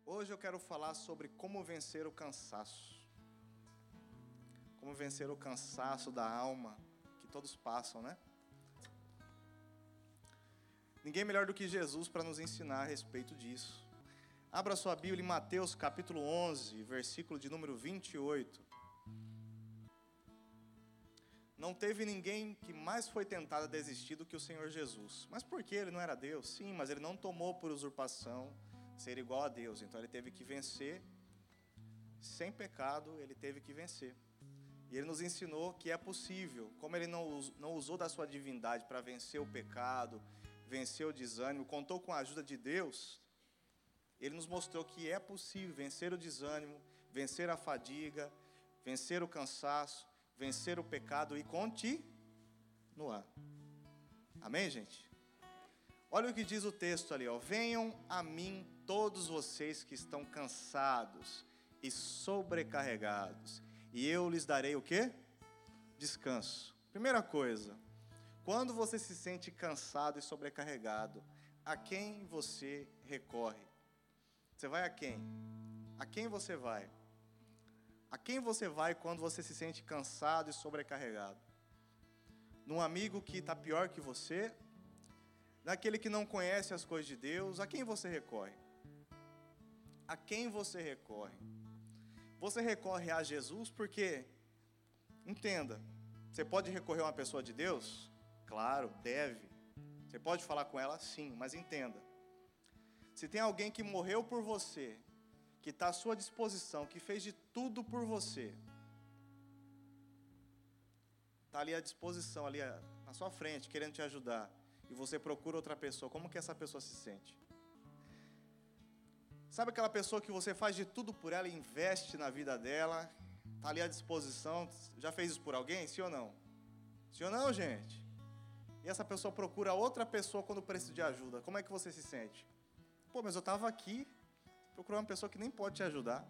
Hoje eu quero falar sobre como vencer o cansaço. Como vencer o cansaço da alma, que todos passam, né? Ninguém melhor do que Jesus para nos ensinar a respeito disso. Abra sua Bíblia em Mateus capítulo 11, versículo de número 28. Não teve ninguém que mais foi tentado a desistir do que o Senhor Jesus. Mas por que ele não era Deus? Sim, mas ele não tomou por usurpação ser igual a Deus. Então ele teve que vencer. Sem pecado, ele teve que vencer. E ele nos ensinou que é possível. Como ele não usou da sua divindade para vencer o pecado, vencer o desânimo, contou com a ajuda de Deus, ele nos mostrou que é possível vencer o desânimo, vencer a fadiga, vencer o cansaço, vencer o pecado e continuar. Amém, gente? Olha o que diz o texto ali, ó. Venham a mim todos vocês que estão cansados e sobrecarregados, e eu lhes darei o quê? Descanso. Primeira coisa, quando você se sente cansado e sobrecarregado, a quem você recorre? Você vai a quem? A quem você vai? A quem você vai quando você se sente cansado e sobrecarregado? Num amigo que está pior que você? Naquele que não conhece as coisas de Deus? A quem você recorre? A quem você recorre? Você recorre a Jesus porque, entenda, você pode recorrer a uma pessoa de Deus? Claro, deve. Você pode falar com ela? Sim, mas entenda. Se tem alguém que morreu por você, que está à sua disposição, que fez de tudo por você, está ali à disposição, ali na sua frente, querendo te ajudar, e você procura outra pessoa, como que essa pessoa se sente? Sabe aquela pessoa que você faz de tudo por ela, investe na vida dela, está ali à disposição, já fez isso por alguém? Sim ou não? Sim ou não, gente? E essa pessoa procura outra pessoa quando precisa de ajuda, como é que você se sente? Pô, mas eu estava aqui, procurando uma pessoa que nem pode te ajudar.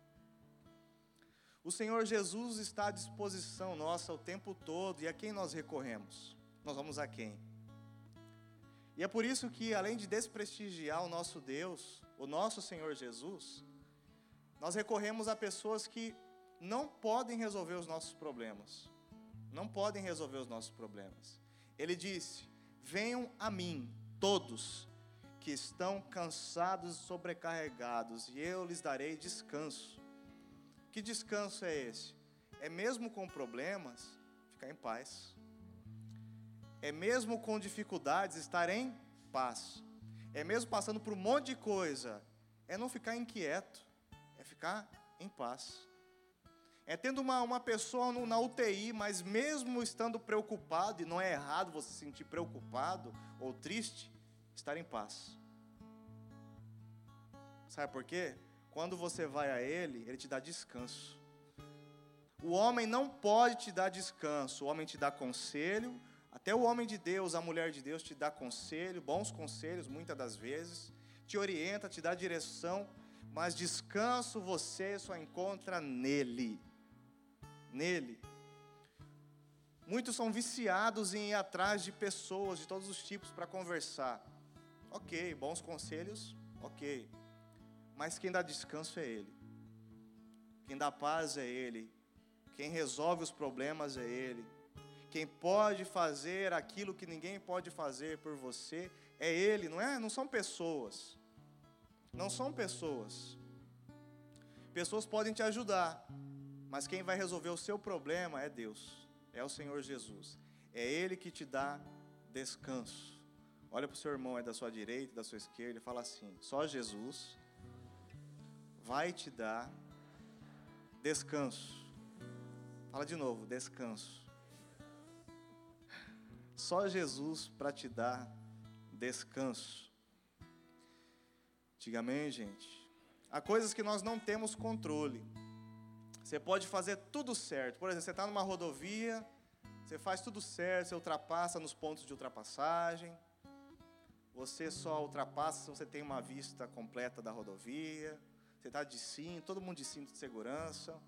O Senhor Jesus está à disposição nossa o tempo todo, e a quem nós recorremos? Nós vamos a quem? E é por isso que, além de desprestigiar o nosso Deus, o nosso Senhor Jesus, nós recorremos a pessoas que não podem resolver os nossos problemas. Não podem resolver os nossos problemas. Ele disse, venham a mim, todos que estão cansados e sobrecarregados, e eu lhes darei descanso. Que descanso é esse? É mesmo com problemas, ficar em paz. É mesmo com dificuldades, estar em paz. É mesmo passando por um monte de coisa, é não ficar inquieto, é ficar em paz. É tendo uma pessoa na UTI, mas mesmo estando preocupado, e não é errado você se sentir preocupado ou triste, estar em paz. Sabe por quê? Quando você vai a Ele, Ele te dá descanso. O homem não pode te dar descanso, o homem te dá conselho. Até o homem de Deus, a mulher de Deus te dá conselho, bons conselhos muitas das vezes, te orienta, te dá direção, mas descanso você só encontra nele. Nele. Muitos são viciados em ir atrás de pessoas de todos os tipos para conversar. Ok, bons conselhos, ok. Mas quem dá descanso é Ele. Quem dá paz é Ele. Quem resolve os problemas é Ele. Quem pode fazer aquilo que ninguém pode fazer por você é Ele, não é? Não são pessoas. Não são pessoas. Pessoas podem te ajudar, mas quem vai resolver o seu problema é Deus. É o Senhor Jesus. É Ele que te dá descanso. Olha para o seu irmão aí da sua direita, da sua esquerda e fala assim, só Jesus vai te dar descanso. Fala de novo, descanso. Só Jesus para te dar descanso. Diga amém, gente. Há coisas que nós não temos controle. Você pode fazer tudo certo. Por exemplo, você está numa rodovia, você faz tudo certo, você ultrapassa nos pontos de ultrapassagem. Você só ultrapassa se você tem uma vista completa da rodovia. Você está de cinto, todo mundo de cinto de segurança.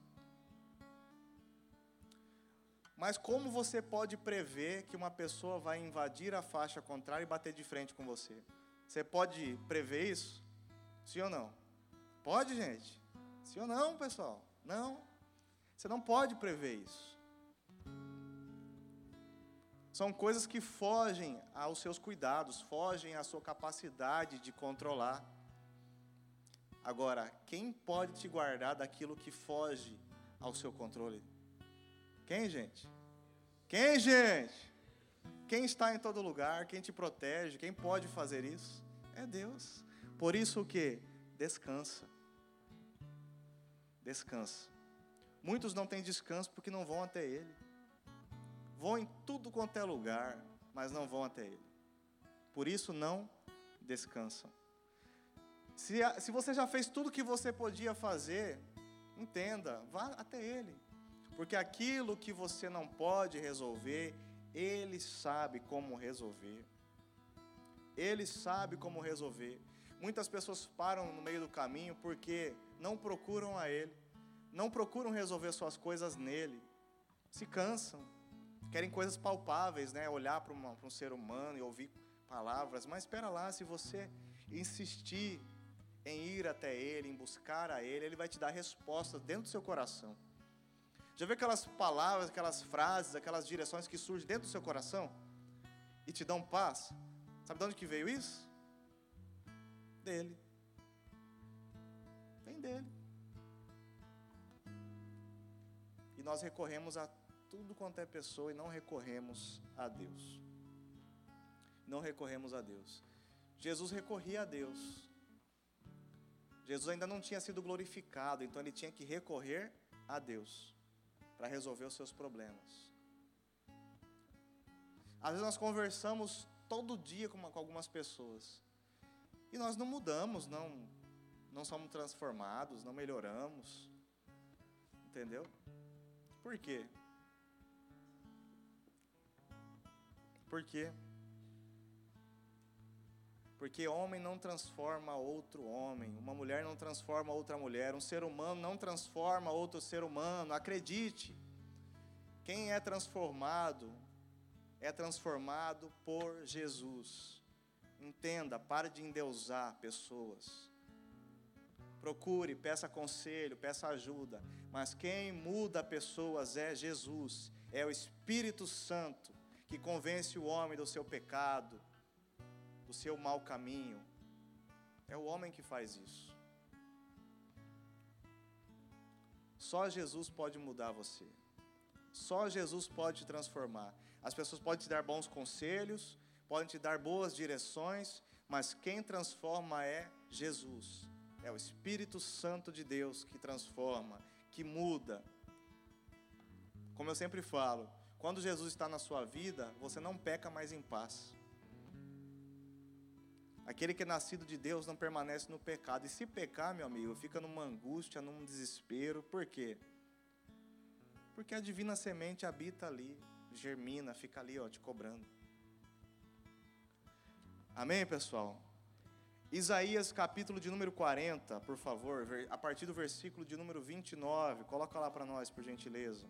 Mas como você pode prever que uma pessoa vai invadir a faixa contrária e bater de frente com você? Você pode prever isso? Sim ou não? Pode, gente? Sim ou não, pessoal? Não. Você não pode prever isso. São coisas que fogem aos seus cuidados, fogem à sua capacidade de controlar. Agora, quem pode te guardar daquilo que foge ao seu controle? Quem, gente? Quem, gente? Quem está em todo lugar, quem te protege, quem pode fazer isso? É Deus. Por isso o quê? Descansa. Descansa. Muitos não têm descanso porque não vão até Ele. Vão em tudo quanto é lugar, mas não vão até Ele. Por isso não descansam. Se você já fez tudo o que você podia fazer, entenda, vá até Ele. Porque aquilo que você não pode resolver, Ele sabe como resolver. Ele sabe como resolver. Muitas pessoas param no meio do caminho porque não procuram a Ele. Não procuram resolver suas coisas nele. Se cansam. Querem coisas palpáveis, né? Olhar para um ser humano e ouvir palavras. Mas espera lá, se você insistir em ir até Ele, em buscar a Ele, Ele vai te dar respostas dentro do seu coração. Já viu aquelas palavras, aquelas frases, aquelas direções que surgem dentro do seu coração e te dão paz? Sabe de onde que veio isso? Dele. Vem dele. E nós recorremos a tudo quanto é pessoa e não recorremos a Deus. Não recorremos a Deus. Jesus recorria a Deus. Jesus ainda não tinha sido glorificado, então ele tinha que recorrer a Deus para resolver os seus problemas. Às vezes nós conversamos todo dia com algumas pessoas e nós não mudamos, não somos transformados, não melhoramos. Entendeu? Por quê? Por quê? Porque homem não transforma outro homem, uma mulher não transforma outra mulher, um ser humano não transforma outro ser humano. Acredite, quem é transformado por Jesus. Entenda, pare de endeusar pessoas. Procure, peça conselho, peça ajuda. Mas quem muda pessoas é Jesus, é o Espírito Santo, que convence o homem do seu pecado, do seu mau caminho. É o homem que faz isso. Só Jesus pode mudar você. Só Jesus pode te transformar. As pessoas podem te dar bons conselhos, podem te dar boas direções, mas quem transforma é Jesus. É o Espírito Santo de Deus que transforma, que muda. Como eu sempre falo, quando Jesus está na sua vida, você não peca mais em paz. Aquele que é nascido de Deus não permanece no pecado. E se pecar, meu amigo, fica numa angústia, num desespero. Por quê? Porque a divina semente habita ali, germina, fica ali, te cobrando. Amém, pessoal? Isaías, capítulo de número 40, por favor, a partir do versículo de número 29. Coloca lá para nós, por gentileza.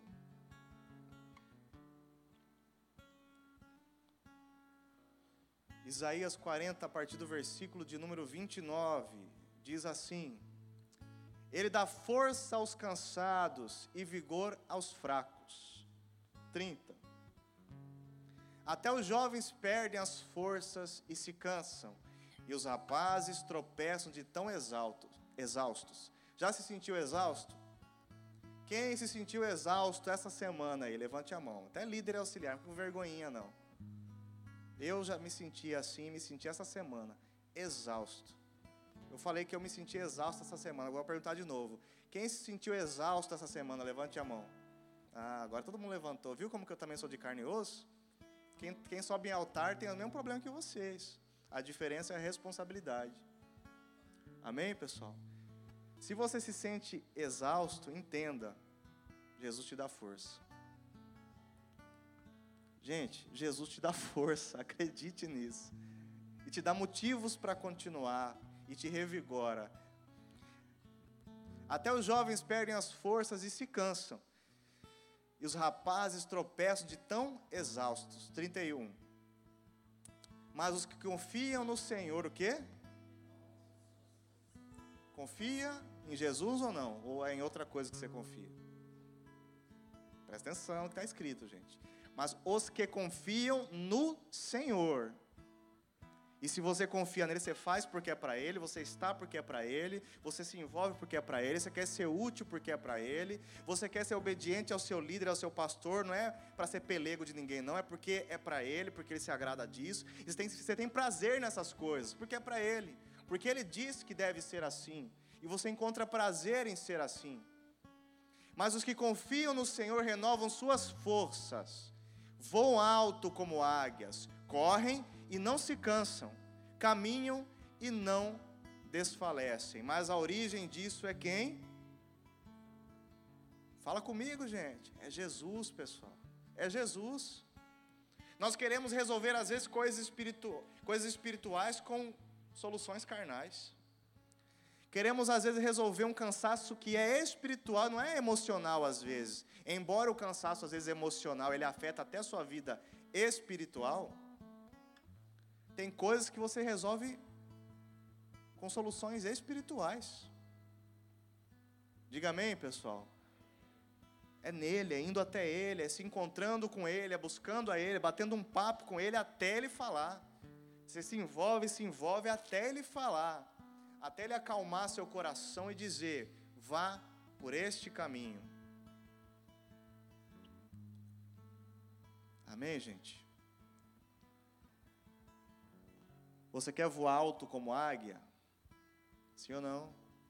Isaías 40, a partir do versículo de número 29, diz assim: Ele dá força aos cansados e vigor aos fracos. 30. Até os jovens perdem as forças e se cansam, e os rapazes tropeçam de tão exaustos. Já se sentiu exausto? Quem se sentiu exausto essa semana aí? Levante a mão. Até líder auxiliar, não com vergonhinha não. Eu já me senti assim, me senti essa semana, exausto. Eu falei que eu me senti exausto essa semana, agora vou perguntar de novo. Quem se sentiu exausto essa semana? Levante a mão. Agora todo mundo levantou. Viu como que eu também sou de carne e osso? Quem sobe em altar tem o mesmo problema que vocês. A diferença é a responsabilidade. Amém, pessoal? Se você se sente exausto, entenda, Jesus te dá força. Gente, Jesus te dá força, acredite nisso. E te dá motivos para continuar, e te revigora. Até os jovens perdem as forças e se cansam. E os rapazes tropeçam de tão exaustos. 31. Mas os que confiam no Senhor, o quê? confia em Jesus ou não? Ou é em outra coisa que você confia? Presta atenção no que está escrito, gente. Mas os que confiam no Senhor. E se você confia nele, você faz porque é para ele, você está porque é para ele, você se envolve porque é para ele, você quer ser útil porque é para ele, você quer ser obediente ao seu líder, ao seu pastor, não é para ser pelego de ninguém, não, é porque é para ele, porque ele se agrada disso. E você tem prazer nessas coisas, porque é para ele, porque ele diz que deve ser assim, e você encontra prazer em ser assim. Mas os que confiam no Senhor renovam suas forças, voam alto como águias, correm e não se cansam, caminham e não desfalecem. Mas a origem disso é quem? Fala comigo, gente. É Jesus, pessoal. É Jesus. Nós queremos resolver, às vezes, coisas espirituais com soluções carnais. Queremos, às vezes, resolver um cansaço que é espiritual, não é emocional, às vezes. Embora o cansaço, às vezes, emocional, ele afeta até a sua vida espiritual, tem coisas que você resolve com soluções espirituais. Diga amém, pessoal. É nele, é indo até ele, é se encontrando com ele, é buscando a ele, batendo um papo com ele até ele falar. Você se envolve até ele falar. Até ele acalmar seu coração e dizer, vá por este caminho. Amém, gente? Você quer voar alto como águia? Sim ou não?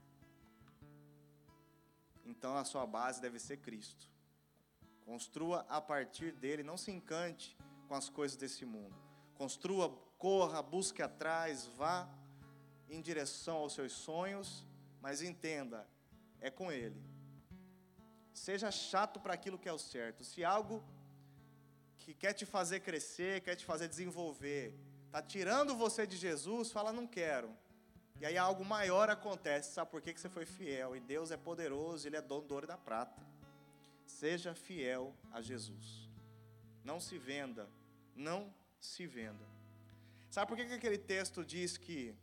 Então a sua base deve ser Cristo. Construa a partir dele, não se encante com as coisas desse mundo. Construa, corra, busque atrás, vá em direção aos seus sonhos, mas entenda, é com ele. Seja chato para aquilo que é o certo. Se algo que quer te fazer crescer, quer te fazer desenvolver, está tirando você de Jesus, fala, não quero. E aí algo maior acontece. Sabe por quê? Que você foi fiel. E Deus é poderoso, Ele é dono do ouro e da prata. Seja fiel a Jesus. Não se venda. Não se venda. Sabe por que aquele texto diz que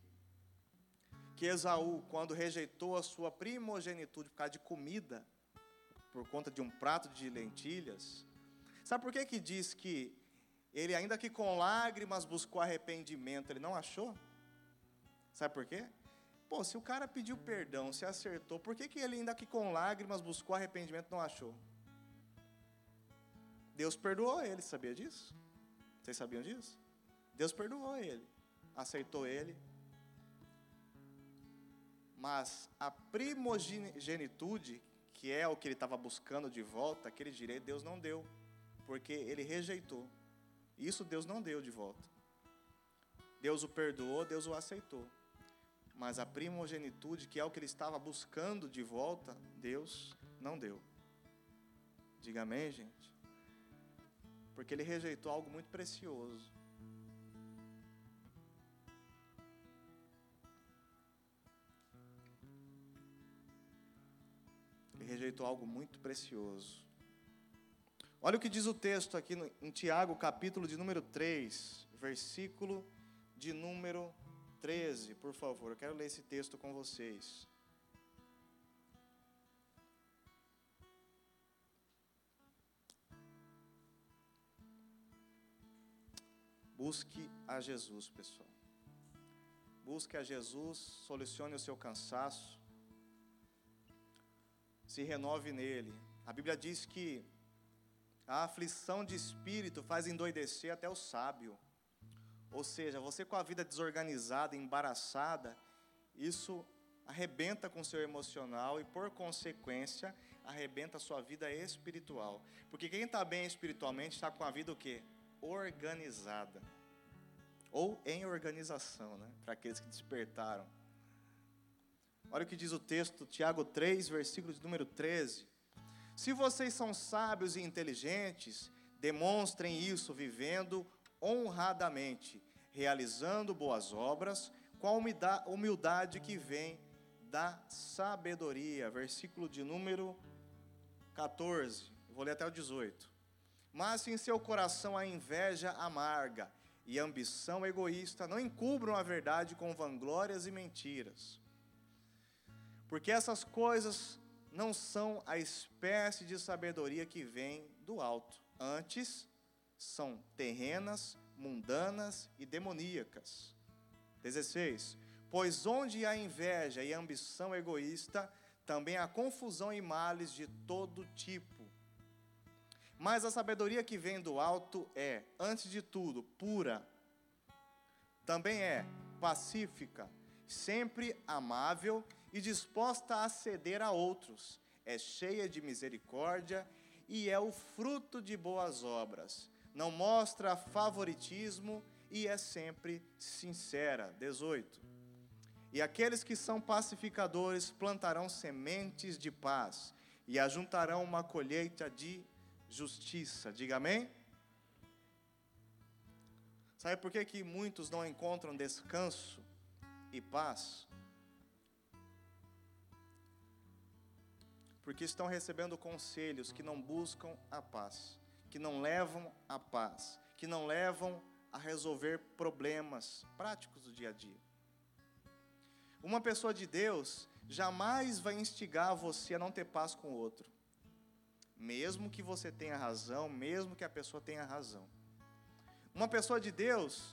Esaú, quando rejeitou a sua primogenitude por causa de comida, por conta de um prato de lentilhas, sabe por que diz que ele, ainda que com lágrimas, buscou arrependimento, ele não achou? Sabe por quê? Pô, se o cara pediu perdão, se acertou, por que ele, ainda que com lágrimas, buscou arrependimento e não achou? Deus perdoou ele, sabia disso? Vocês sabiam disso? Deus perdoou ele, aceitou ele. Mas a primogenitude, que é o que ele estava buscando de volta, aquele direito, Deus não deu, porque ele rejeitou. Isso Deus não deu de volta. Deus o perdoou, Deus o aceitou. Mas a primogenitude, que é o que ele estava buscando de volta, Deus não deu. Diga amém, gente? Porque ele rejeitou algo muito precioso. Ele rejeitou algo muito precioso. Olha o que diz o texto aqui em Tiago, capítulo de número 3, versículo de número 13, por favor. Eu quero ler esse texto com vocês. Busque a Jesus, pessoal. Busque a Jesus, solucione o seu cansaço. Se renove nele. A Bíblia diz que a aflição de espírito faz endoidecer até o sábio. Ou seja, você com a vida desorganizada, embaraçada, isso arrebenta com o seu emocional e, por consequência, arrebenta a sua vida espiritual. Porque quem está bem espiritualmente está com a vida o quê? Organizada. Ou em organização, né? Para aqueles que despertaram. Olha o que diz o texto, Tiago 3, versículo de número 13. Se vocês são sábios e inteligentes, demonstrem isso vivendo honradamente, realizando boas obras, com a humildade que vem da sabedoria. Versículo de número 14, vou ler até o 18. Mas se em seu coração há inveja amarga e ambição egoísta, não encubram a verdade com vanglórias e mentiras. Porque essas coisas não são a espécie de sabedoria que vem do alto. Antes, são terrenas, mundanas e demoníacas. 16. Pois onde há inveja e ambição egoísta, também há confusão e males de todo tipo. Mas a sabedoria que vem do alto é, antes de tudo, pura. Também é pacífica, sempre amável e disposta a ceder a outros. É cheia de misericórdia e é o fruto de boas obras. Não mostra favoritismo e é sempre sincera. 18. E aqueles que são pacificadores plantarão sementes de paz e ajuntarão uma colheita de justiça. Diga amém? Sabe por que muitos não encontram descanso e paz? Porque estão recebendo conselhos que não buscam a paz, que não levam à paz, que não levam a resolver problemas práticos do dia a dia. Uma pessoa de Deus jamais vai instigar você a não ter paz com o outro. Mesmo que você tenha razão, mesmo que a pessoa tenha razão. Uma pessoa de Deus,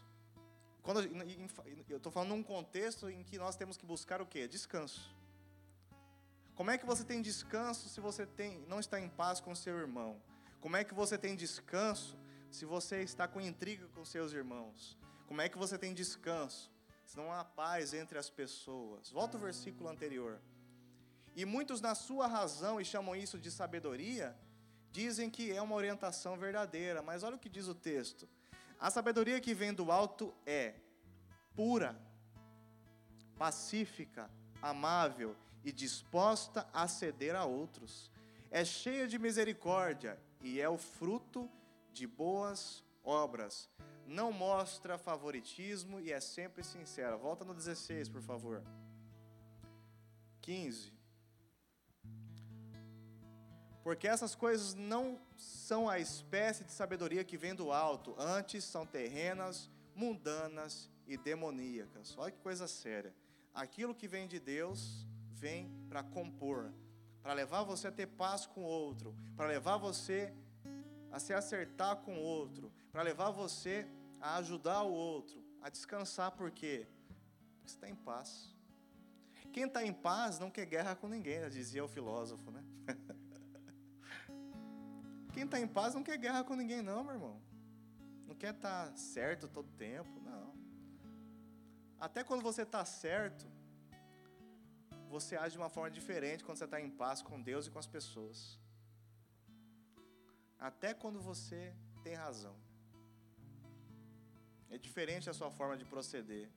eu estou falando num contexto em que nós temos que buscar o quê? Descanso. Como é que você tem descanso se você não está em paz com seu irmão? Como é que você tem descanso se você está com intriga com seus irmãos? Como é que você tem descanso se não há paz entre as pessoas? Volta ao versículo anterior. E muitos, na sua razão, e chamam isso de sabedoria, dizem que é uma orientação verdadeira. Mas olha o que diz o texto. A sabedoria que vem do alto é pura, pacífica, amável e disposta a ceder a outros. É cheia de misericórdia e é o fruto de boas obras. Não mostra favoritismo e é sempre sincera. Volta no 16, por favor. 15. Porque essas coisas não são a espécie de sabedoria que vem do alto. Antes são terrenas, mundanas e demoníacas. Olha que coisa séria. Aquilo que vem de Deus vem para compor, para levar você a ter paz com o outro, para levar você a se acertar com o outro, para levar você a ajudar o outro, a descansar. Por quê? Porque você está em paz. Quem está em paz não quer guerra com ninguém, já dizia o filósofo, né? Quem está em paz não quer guerra com ninguém não, meu irmão. Não quer estar certo todo tempo, não. Até quando você está certo, você age de uma forma diferente quando você está em paz com Deus e com as pessoas. Até quando você tem razão. É diferente a sua forma de proceder.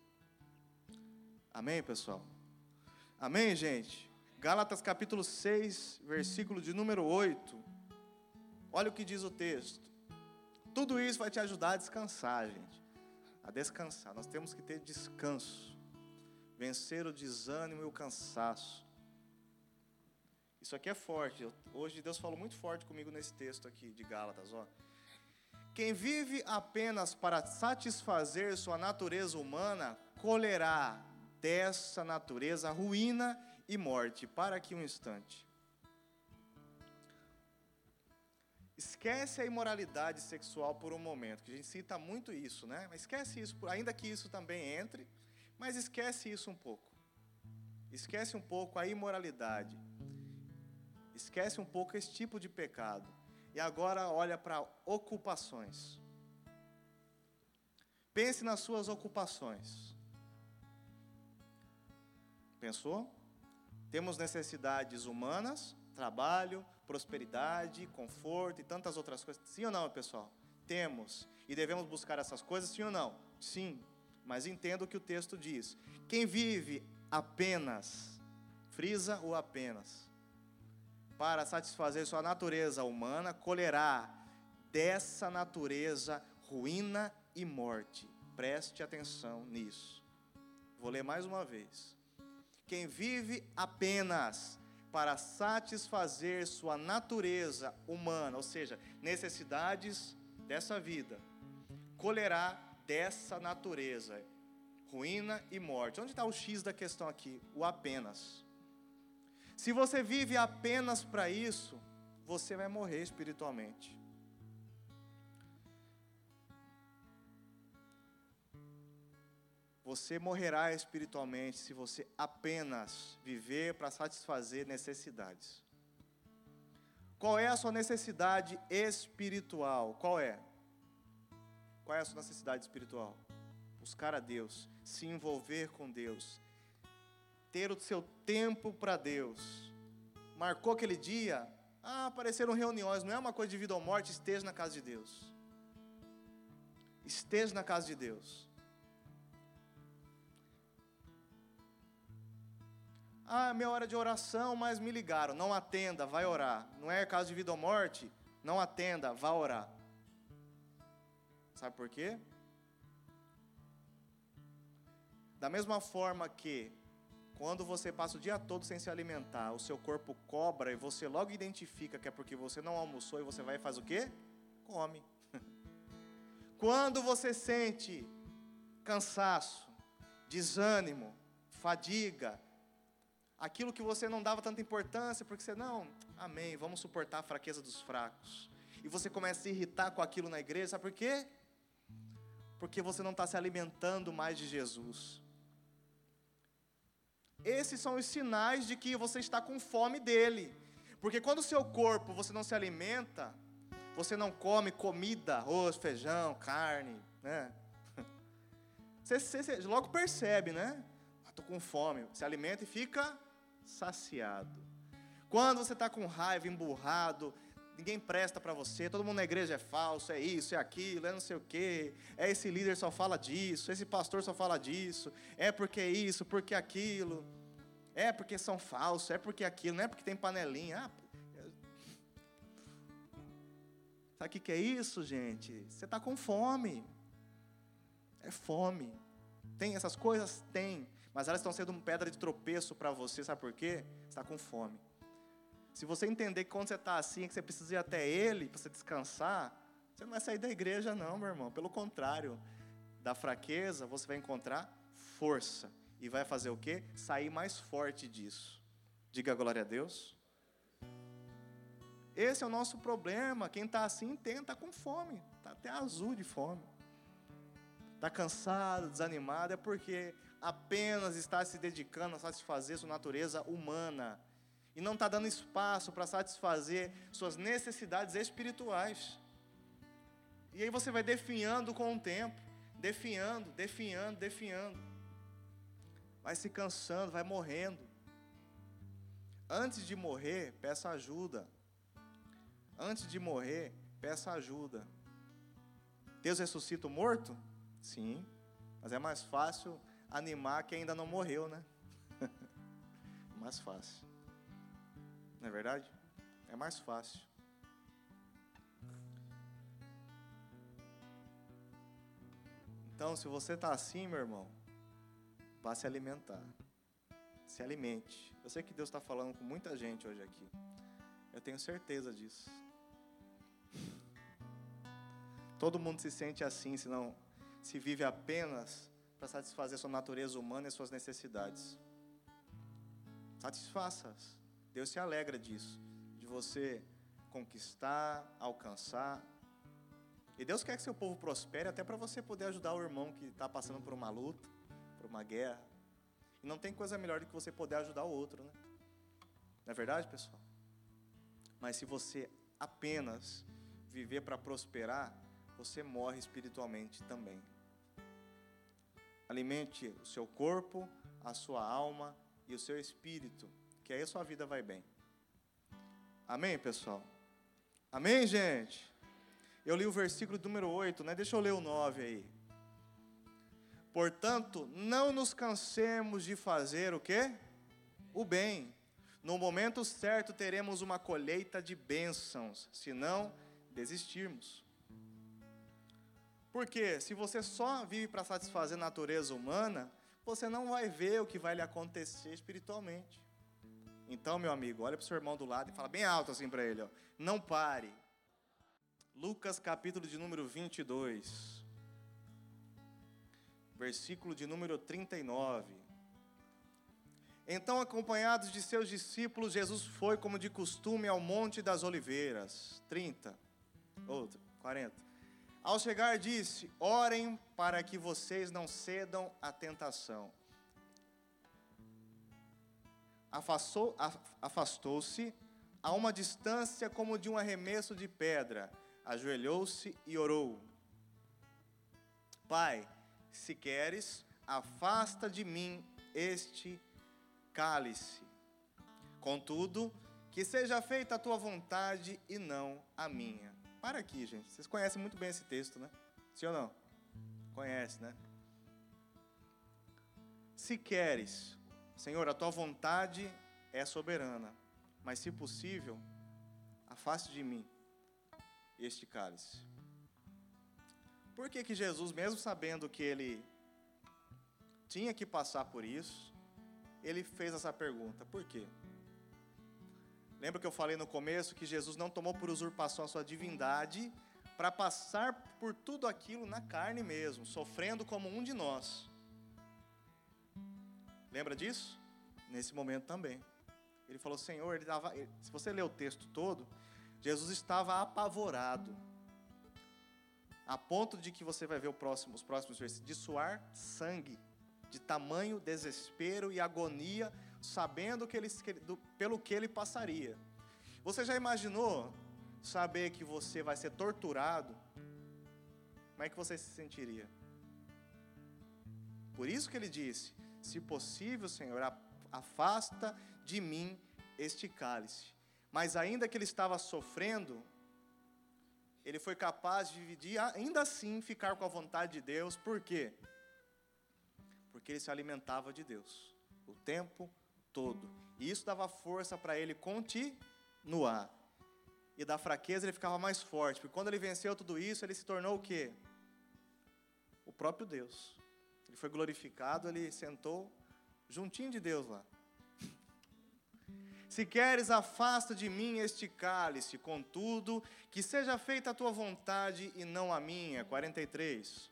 Amém, pessoal? Amém, gente? Gálatas capítulo 6, versículo de número 8. Olha o que diz o texto. Tudo isso vai te ajudar a descansar, gente. A descansar. Nós temos que ter descanso. Vencer o desânimo e o cansaço. Isso aqui é forte. Hoje Deus falou muito forte comigo nesse texto aqui de Gálatas. Ó. Quem vive apenas para satisfazer sua natureza humana, colherá dessa natureza ruína e morte. Para aqui um instante. Esquece a imoralidade sexual por um momento, que a gente cita muito isso, né? Mas esquece isso, ainda que isso também entre, mas esquece isso um pouco. Esquece um pouco a imoralidade. Esquece um pouco esse tipo de pecado. E agora olha para ocupações. Pense nas suas ocupações. Pensou? Temos necessidades humanas, trabalho, prosperidade, conforto e tantas outras coisas. Sim ou não, pessoal? Temos. E devemos buscar essas coisas, sim ou não? Sim. Mas entenda o que o texto diz. Quem vive apenas, frisa o apenas, para satisfazer sua natureza humana, colherá dessa natureza ruína e morte. Preste atenção nisso. Vou ler mais uma vez. Quem vive apenas para satisfazer sua natureza humana, ou seja, necessidades dessa vida, colherá dessa natureza, ruína e morte. Onde está o X da questão aqui? O apenas. Se você vive apenas para isso, você vai morrer espiritualmente. Você morrerá espiritualmente se você apenas viver para satisfazer necessidades. Qual é a sua necessidade espiritual? Qual é? Qual é a sua necessidade espiritual? Buscar a Deus, se envolver com Deus, ter o seu tempo para Deus. Marcou aquele dia? Apareceram reuniões, não é uma coisa de vida ou morte, esteja na casa de Deus. Esteja na casa de Deus. Minha hora de oração, mas me ligaram. Não atenda, vai orar. Não é caso de vida ou morte? Não atenda, vá orar. Sabe por quê? Da mesma forma que, quando você passa o dia todo sem se alimentar, o seu corpo cobra e você logo identifica que é porque você não almoçou e você vai e faz o quê? Come. Quando você sente cansaço, desânimo, fadiga, aquilo que você não dava tanta importância, porque você, amém, vamos suportar a fraqueza dos fracos. E você começa a se irritar com aquilo na igreja, sabe por quê? Porque você não está se alimentando mais de Jesus. Esses são os sinais de que você está com fome dele. Porque quando o seu corpo, você não se alimenta, você não come comida, arroz, feijão, carne, né? Você logo percebe, né? Estou com fome. Se alimenta e fica saciado. Quando você está com raiva, emburrado, ninguém presta para você, todo mundo na igreja é falso, é isso, é aquilo, é não sei o quê, esse líder só fala disso, esse pastor só fala disso, é porque isso, porque aquilo, é porque são falsos, é porque aquilo, não é porque tem panelinha. Sabe o que é isso, gente? Você está com fome. É fome. Tem essas coisas? Tem. Mas elas estão sendo uma pedra de tropeço para você, sabe por quê? Você está com fome. Se você entender que quando você está assim, que você precisa ir até Ele, para você descansar, você não vai sair da igreja não, meu irmão. Pelo contrário, da fraqueza, você vai encontrar força. E vai fazer o quê? Sair mais forte disso. Diga glória a Deus. Esse é o nosso problema. Quem está assim, está com fome. Está até azul de fome. Está cansado, desanimado, é porque apenas está se dedicando a satisfazer sua natureza humana. E não está dando espaço para satisfazer suas necessidades espirituais. E aí você vai definhando com o tempo. Definhando. Vai se cansando, vai morrendo. Antes de morrer, peça ajuda. Antes de morrer, peça ajuda. Deus ressuscita o morto? Sim. Mas é mais fácil animar quem ainda não morreu, né? É mais fácil. Não é verdade? É mais fácil. Então, se você está assim, meu irmão, vá se alimentar. Se alimente. Eu sei que Deus está falando com muita gente hoje aqui. Eu tenho certeza disso. Todo mundo se sente assim, senão se vive apenas para satisfazer sua natureza humana e suas necessidades. Satisfaça-as. Deus se alegra disso, de você conquistar, alcançar. E Deus quer que seu povo prospere até para você poder ajudar o irmão que está passando por uma luta, por uma guerra. E não tem coisa melhor do que você poder ajudar o outro, né? Não é verdade, pessoal? Mas se você apenas viver para prosperar, você morre espiritualmente também. Alimente o seu corpo, a sua alma e o seu espírito, que aí a sua vida vai bem. Amém, pessoal? Amém, gente? Eu li o versículo número 8, né? Deixa eu ler o 9 aí. Portanto, não nos cansemos de fazer o quê? O bem. No momento certo teremos uma colheita de bênçãos, se não desistirmos. Porque se você só vive para satisfazer a natureza humana, você não vai ver o que vai lhe acontecer espiritualmente. Então, meu amigo, olha para o seu irmão do lado e fala bem alto assim para ele, ó, não pare. Lucas capítulo de número 22, versículo de número 39. Então, acompanhados de seus discípulos, Jesus foi, como de costume, ao Monte das Oliveiras. 30, ou 40. Ao chegar, disse: orem para que vocês não cedam à tentação. Afastou-se a uma distância como de um arremesso de pedra, ajoelhou-se e orou: Pai, se queres, afasta de mim este cálice. Contudo, que seja feita a tua vontade e não a minha. Para aqui, gente. Vocês conhecem muito bem esse texto, né? Sim ou não? Conhece, né? Se queres, Senhor, a tua vontade é soberana, mas se possível, afaste de mim este cálice. Por que que Jesus, mesmo sabendo que ele tinha que passar por isso, ele fez essa pergunta? Por quê? Lembra que eu falei no começo que Jesus não tomou por usurpação a sua divindade para passar por tudo aquilo na carne mesmo, sofrendo como um de nós. Lembra disso? Nesse momento também. Ele falou: Senhor, se você ler o texto todo, Jesus estava apavorado, a ponto de que você vai ver os próximos versos, de suar sangue, de tamanho desespero e agonia, sabendo pelo que ele passaria. Você já imaginou saber que você vai ser torturado? Como é que você se sentiria? Por isso que ele disse: se possível, Senhor, afasta de mim este cálice. Mas ainda que ele estava sofrendo, ele foi capaz de ainda assim ficar com a vontade de Deus. Por quê? Porque ele se alimentava de Deus o tempo todo. E isso dava força para ele continuar. E da fraqueza ele ficava mais forte. Porque quando ele venceu tudo isso, ele se tornou o quê? O próprio Deus. Ele foi glorificado, ele sentou juntinho de Deus lá. Se queres, afasta de mim este cálice, contudo, que seja feita a tua vontade e não a minha. 43.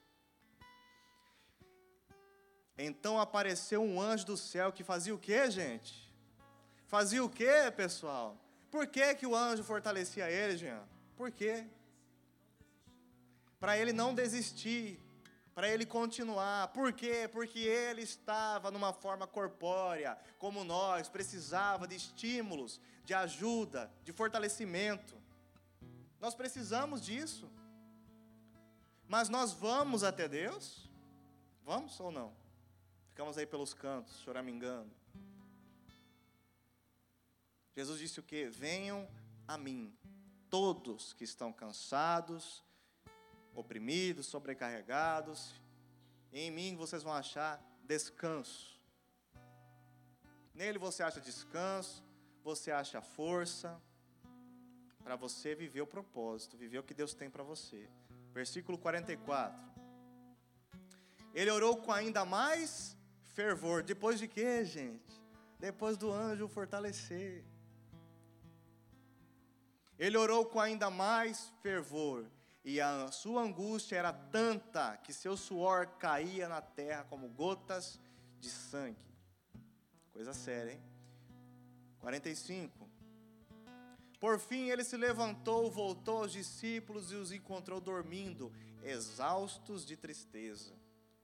Então apareceu um anjo do céu que fazia o quê, gente? Fazia o quê, pessoal? Por que que o anjo fortalecia ele, Jean? Por quê? Para ele não desistir, para ele continuar. Por quê? Porque ele estava numa forma corpórea, como nós, precisava de estímulos, de ajuda, de fortalecimento. Nós precisamos disso. Mas nós vamos até Deus? Vamos ou não? Ficamos aí pelos cantos, choramingando. Jesus disse o quê? Venham a mim, todos que estão cansados, oprimidos, sobrecarregados. Em mim vocês vão achar descanso. Nele você acha descanso, você acha força para você viver o propósito, viver o que Deus tem para você. Versículo 44. Ele orou com ainda mais fervor. Depois de quê, gente? Depois do anjo fortalecer. Ele orou com ainda mais fervor. E a sua angústia era tanta que seu suor caía na terra como gotas de sangue. Coisa séria, hein? 45. Por fim ele se levantou, voltou aos discípulos e os encontrou dormindo, exaustos de tristeza.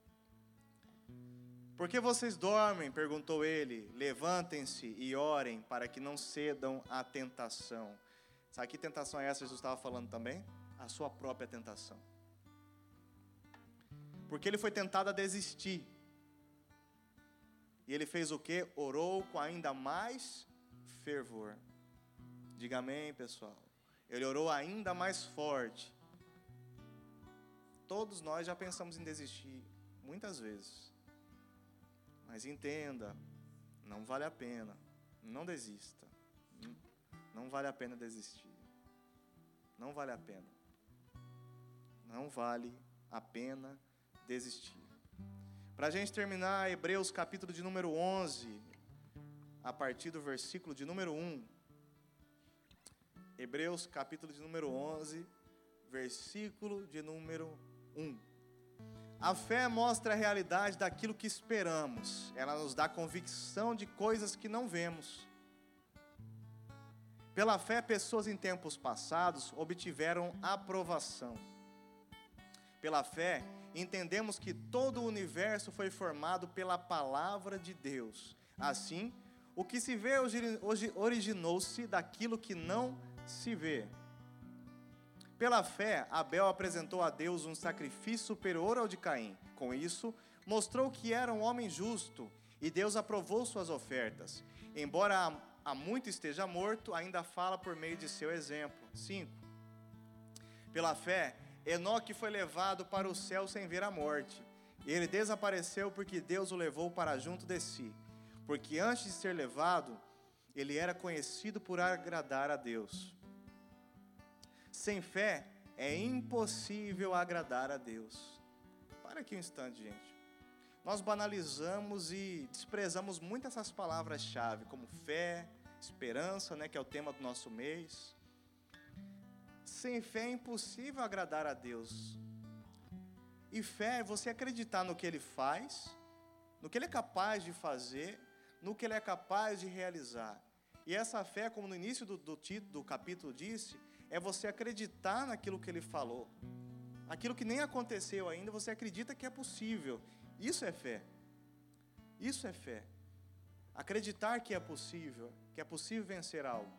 Por que vocês dormem? Perguntou ele. Levantem-se e orem para que não cedam à tentação. Sabe que tentação é essa que Jesus estava falando também? A sua própria tentação. Porque ele foi tentado a desistir. E ele fez o quê? Orou com ainda mais fervor. Diga amém, pessoal. Ele orou ainda mais forte. Todos nós já pensamos em desistir muitas vezes. Mas entenda, não vale a pena. Não desista. Não vale a pena desistir. Não vale a pena. Não vale a pena desistir. Para a gente terminar, Hebreus capítulo de número 11, a partir do versículo de número 1. Hebreus capítulo de número 11, versículo de número 1. A fé mostra a realidade daquilo que esperamos. Ela nos dá convicção de coisas que não vemos. Pela fé, pessoas em tempos passados obtiveram aprovação. Pela fé, entendemos que todo o universo foi formado pela palavra de Deus. Assim, o que se vê originou-se daquilo que não se vê. Pela fé, Abel apresentou a Deus um sacrifício superior ao de Caim. Com isso, mostrou que era um homem justo, e Deus aprovou suas ofertas. Embora há muito esteja morto, ainda fala por meio de seu exemplo. 5. Pela fé, Enoque foi levado para o céu sem ver a morte. Ele desapareceu porque Deus o levou para junto de si. Porque antes de ser levado, ele era conhecido por agradar a Deus. Sem fé, é impossível agradar a Deus. Para aqui um instante, gente. Nós banalizamos e desprezamos muito essas palavras-chave, como fé, esperança, que é o tema do nosso mês. Sem fé é impossível agradar a Deus. E fé é você acreditar no que Ele faz, no que Ele é capaz de fazer, no que Ele é capaz de realizar. E essa fé, como no início do capítulo disse, é você acreditar naquilo que Ele falou. Aquilo que nem aconteceu ainda, você acredita que é possível. Isso é fé. Isso é fé. Acreditar que é possível vencer algo.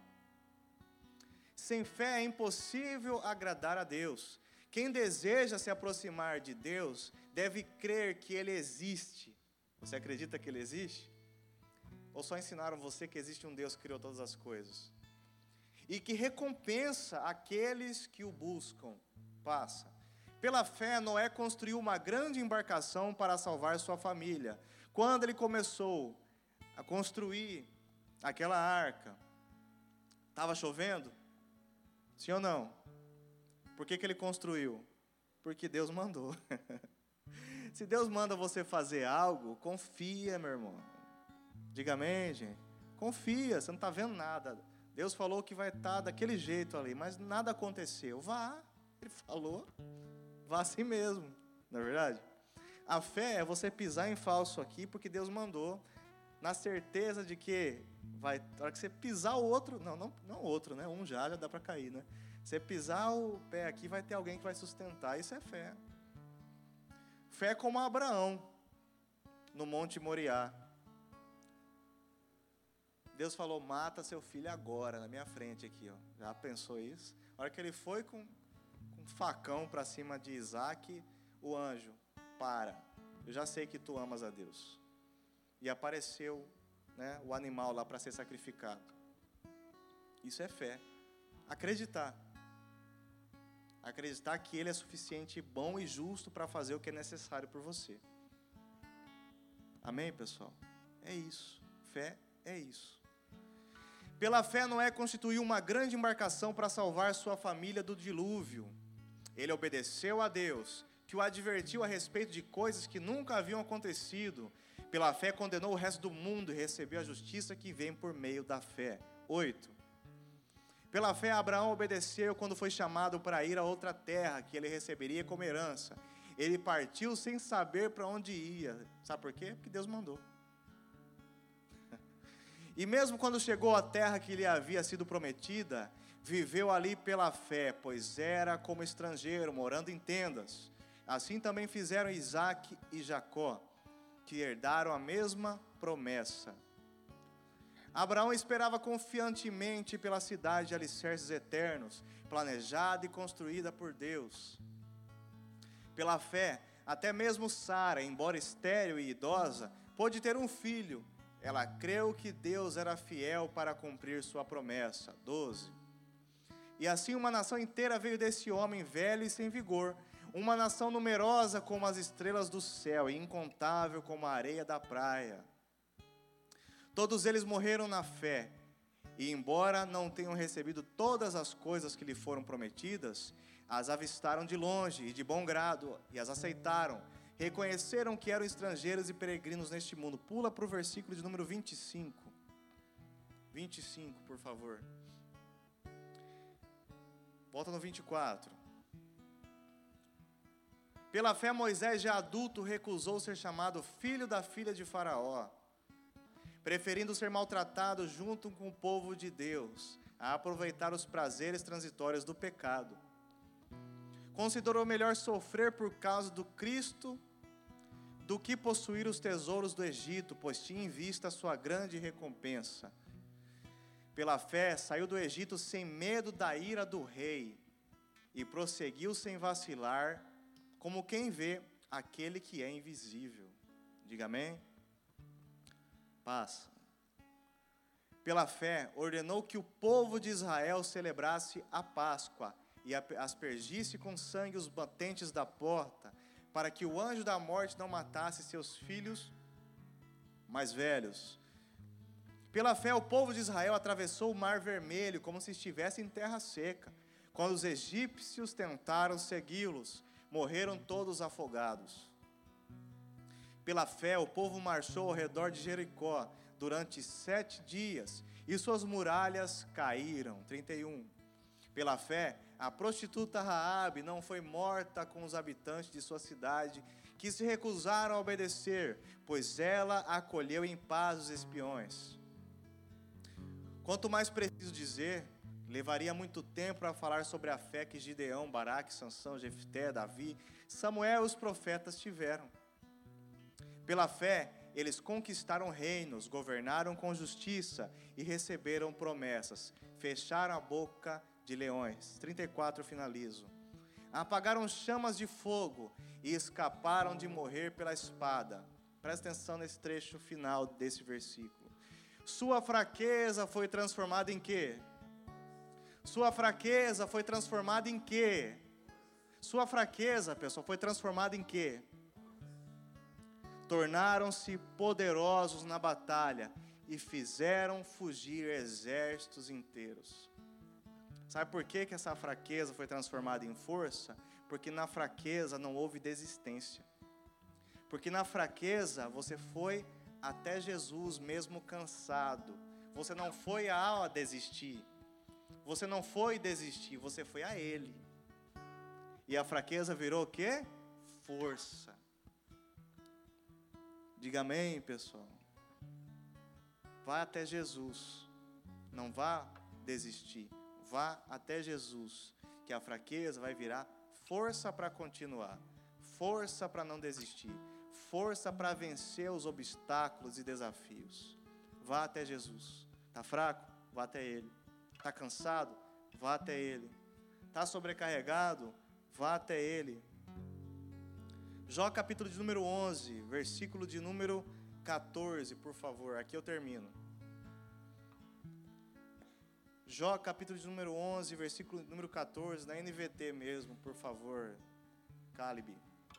Sem fé é impossível agradar a Deus. Quem deseja se aproximar de Deus deve crer que Ele existe. Você acredita que Ele existe? Ou só ensinaram você que existe um Deus que criou todas as coisas? E que recompensa aqueles que o buscam. Passa. Pela fé, Noé construiu uma grande embarcação para salvar sua família. Quando ele começou a construir aquela arca, estava chovendo? Sim ou não? Por que ele construiu? Porque Deus mandou. Se Deus manda você fazer algo, confia, meu irmão. Diga amém, gente. Confia, você não está vendo nada. Deus falou que vai estar daquele jeito ali, mas nada aconteceu. Vá, Ele falou, vá assim mesmo, não é verdade? A fé é você pisar em falso aqui, porque Deus mandou, na certeza de que vai, na hora que você pisar o outro, não outro, né? Um já dá para cair, né? Você pisar o pé aqui, vai ter alguém que vai sustentar, isso é fé. Fé como Abraão, no Monte Moriá. Deus falou, mata seu filho agora, na minha frente aqui, ó. Já pensou isso? A hora que ele foi com um facão para cima de Isaac, o anjo, para, eu já sei que tu amas a Deus. E apareceu, o animal lá para ser sacrificado. Isso é fé. Acreditar. Acreditar que Ele é suficiente, bom e justo para fazer o que é necessário por você. Amém, pessoal? É isso. Fé é isso. Pela fé, Noé constituiu uma grande embarcação para salvar sua família do dilúvio. Ele obedeceu a Deus, que o advertiu a respeito de coisas que nunca haviam acontecido. Pela fé, condenou o resto do mundo e recebeu a justiça que vem por meio da fé. 8. Pela fé, Abraão obedeceu quando foi chamado para ir a outra terra, que ele receberia como herança. Ele partiu sem saber para onde ia. Sabe por quê? Porque Deus mandou. E mesmo quando chegou à terra que lhe havia sido prometida, viveu ali pela fé, pois era como estrangeiro, morando em tendas. Assim também fizeram Isaac e Jacó, que herdaram a mesma promessa. Abraão esperava confiantemente pela cidade de alicerces eternos, planejada e construída por Deus. Pela fé, até mesmo Sara, embora estéril e idosa, pôde ter um filho. Ela creu que Deus era fiel para cumprir sua promessa. 12. E assim uma nação inteira veio desse homem velho e sem vigor, uma nação numerosa como as estrelas do céu e incontável como a areia da praia. Todos eles morreram na fé, e embora não tenham recebido todas as coisas que lhe foram prometidas, as avistaram de longe e de bom grado, e as aceitaram. Reconheceram que eram estrangeiros e peregrinos neste mundo. Pula para o versículo de número 25. 25, por favor. Volta no 24. Pela fé, Moisés, já adulto, recusou ser chamado filho da filha de Faraó, preferindo ser maltratado junto com o povo de Deus, a aproveitar os prazeres transitórios do pecado. Considerou melhor sofrer por causa do Cristo do que possuir os tesouros do Egito, pois tinha em vista a sua grande recompensa. Pela fé, saiu do Egito sem medo da ira do rei e prosseguiu sem vacilar, como quem vê aquele que é invisível. Diga amém. Paz. Pela fé, ordenou que o povo de Israel celebrasse a Páscoa e aspergisse com sangue os batentes da porta, para que o anjo da morte não matasse seus filhos mais velhos. Pela fé, o povo de Israel atravessou o Mar Vermelho como se estivesse em terra seca. Quando os egípcios tentaram segui-los, morreram todos afogados. Pela fé, o povo marchou ao redor de Jericó durante 7 dias, e suas muralhas caíram. 31. Pela fé, a prostituta Raabe não foi morta com os habitantes de sua cidade, que se recusaram a obedecer, pois ela acolheu em paz os espiões. Quanto mais preciso dizer, levaria muito tempo a falar sobre a fé que Gideão, Baraque, Sansão, Jefté, Davi, Samuel e os profetas tiveram. Pela fé, eles conquistaram reinos, governaram com justiça e receberam promessas. Fecharam a boca de leões. 34, finalizo. Apagaram chamas de fogo e escaparam de morrer pela espada. Presta atenção nesse trecho final desse versículo. Sua fraqueza foi transformada em quê? Sua fraqueza foi transformada em quê? Sua fraqueza, pessoal, foi transformada em quê? Tornaram-se poderosos na batalha e fizeram fugir exércitos inteiros. Sabe por que essa fraqueza foi transformada em força? Porque na fraqueza não houve desistência. Porque na fraqueza você foi até Jesus mesmo cansado. Você não foi a desistir. Você não foi desistir, você foi a Ele. E a fraqueza virou o quê? Força. Diga amém, pessoal. Vá até Jesus. Não vá desistir. Vá até Jesus. Que a fraqueza vai virar força para continuar. Força para não desistir. Força para vencer os obstáculos e desafios. Vá até Jesus. Está fraco? Vá até Ele. Está cansado? Vá até Ele. Está sobrecarregado? Vá até Ele. Jó capítulo de número 11, versículo de número 14, por favor. Aqui eu termino. Jó capítulo de número 11, versículo número 14, na NVT mesmo, por favor. Cálibe.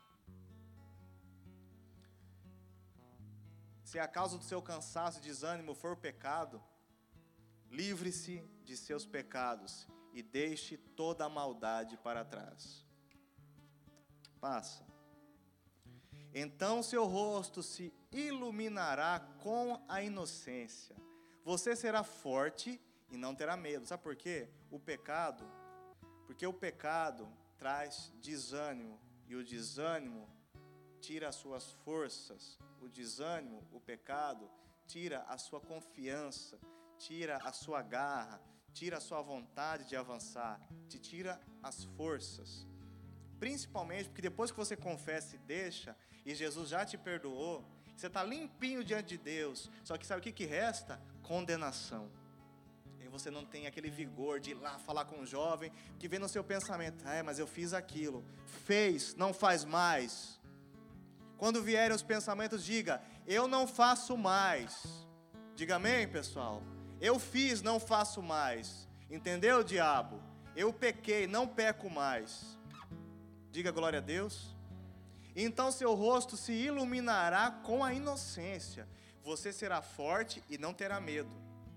Se a causa do seu cansaço e desânimo for pecado, livre-se de seus pecados e deixe toda a maldade para trás. Passa. Então seu rosto se iluminará com a inocência. Você será forte e não terá medo. Sabe por quê? Porque o pecado traz desânimo. E o desânimo tira as suas forças. O desânimo, o pecado, tira a sua confiança, tira a sua garra, tira a sua vontade de avançar, te tira as forças. Principalmente porque depois que você confessa e deixa, e Jesus já te perdoou, você está limpinho diante de Deus, só que sabe o que resta? Condenação. E você não tem aquele vigor de ir lá falar com um jovem, que vem no seu pensamento, mas eu fiz aquilo, fez, não faz mais. Quando vierem os pensamentos, diga, eu não faço mais. Diga amém, pessoal? Eu fiz, não faço mais. Entendeu, diabo? Eu pequei, não peco mais. Diga glória a Deus. Então seu rosto se iluminará com a inocência. Você será forte e não terá medo.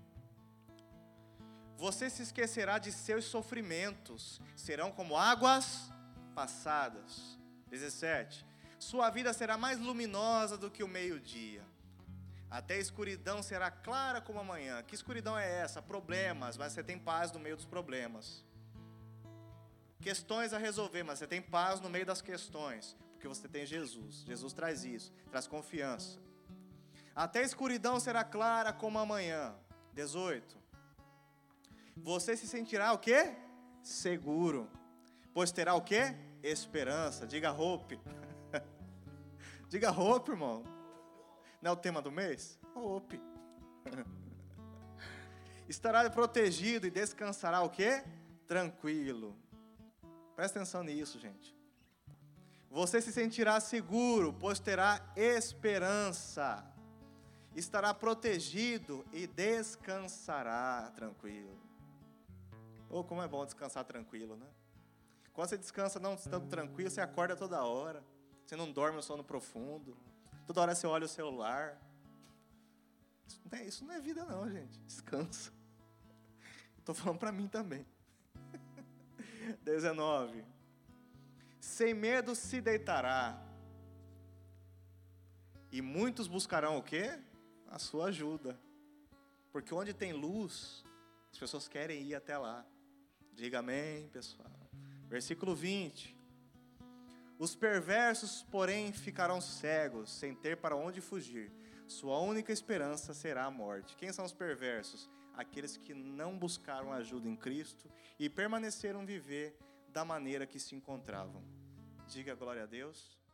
Você se esquecerá de seus sofrimentos. Serão como águas passadas. 17. Sua vida será mais luminosa do que o meio-dia. Até a escuridão será clara como a manhã. Que escuridão é essa? Problemas, mas você tem paz no meio dos problemas. Questões a resolver, mas você tem paz no meio das questões. porque você tem Jesus. Jesus traz isso, traz confiança. Até a escuridão será clara como a manhã. 18. Você se sentirá o quê? Seguro. Pois terá o quê? Esperança. Diga hope. Diga hope, irmão. Não é o tema do mês? Hope. Estará protegido e descansará o quê? Tranquilo. Presta atenção nisso, gente. Você se sentirá seguro, pois terá esperança. Estará protegido e descansará tranquilo. Oh, como é bom descansar tranquilo, né? Quando você descansa não estando tranquilo, você acorda toda hora. Você não dorme no sono profundo. Toda hora você olha o celular. Isso não é vida não, gente. Descansa. Estou falando para mim também. 19. Sem medo se deitará. E muitos buscarão o quê? A sua ajuda. Porque onde tem luz, as pessoas querem ir até lá. Diga amém, pessoal. Versículo 20. Os perversos, porém, ficarão cegos, sem ter para onde fugir. Sua única esperança será a morte. Quem são os perversos? Aqueles que não buscaram ajuda em Cristo e permaneceram viver da maneira que se encontravam. Diga glória a Deus.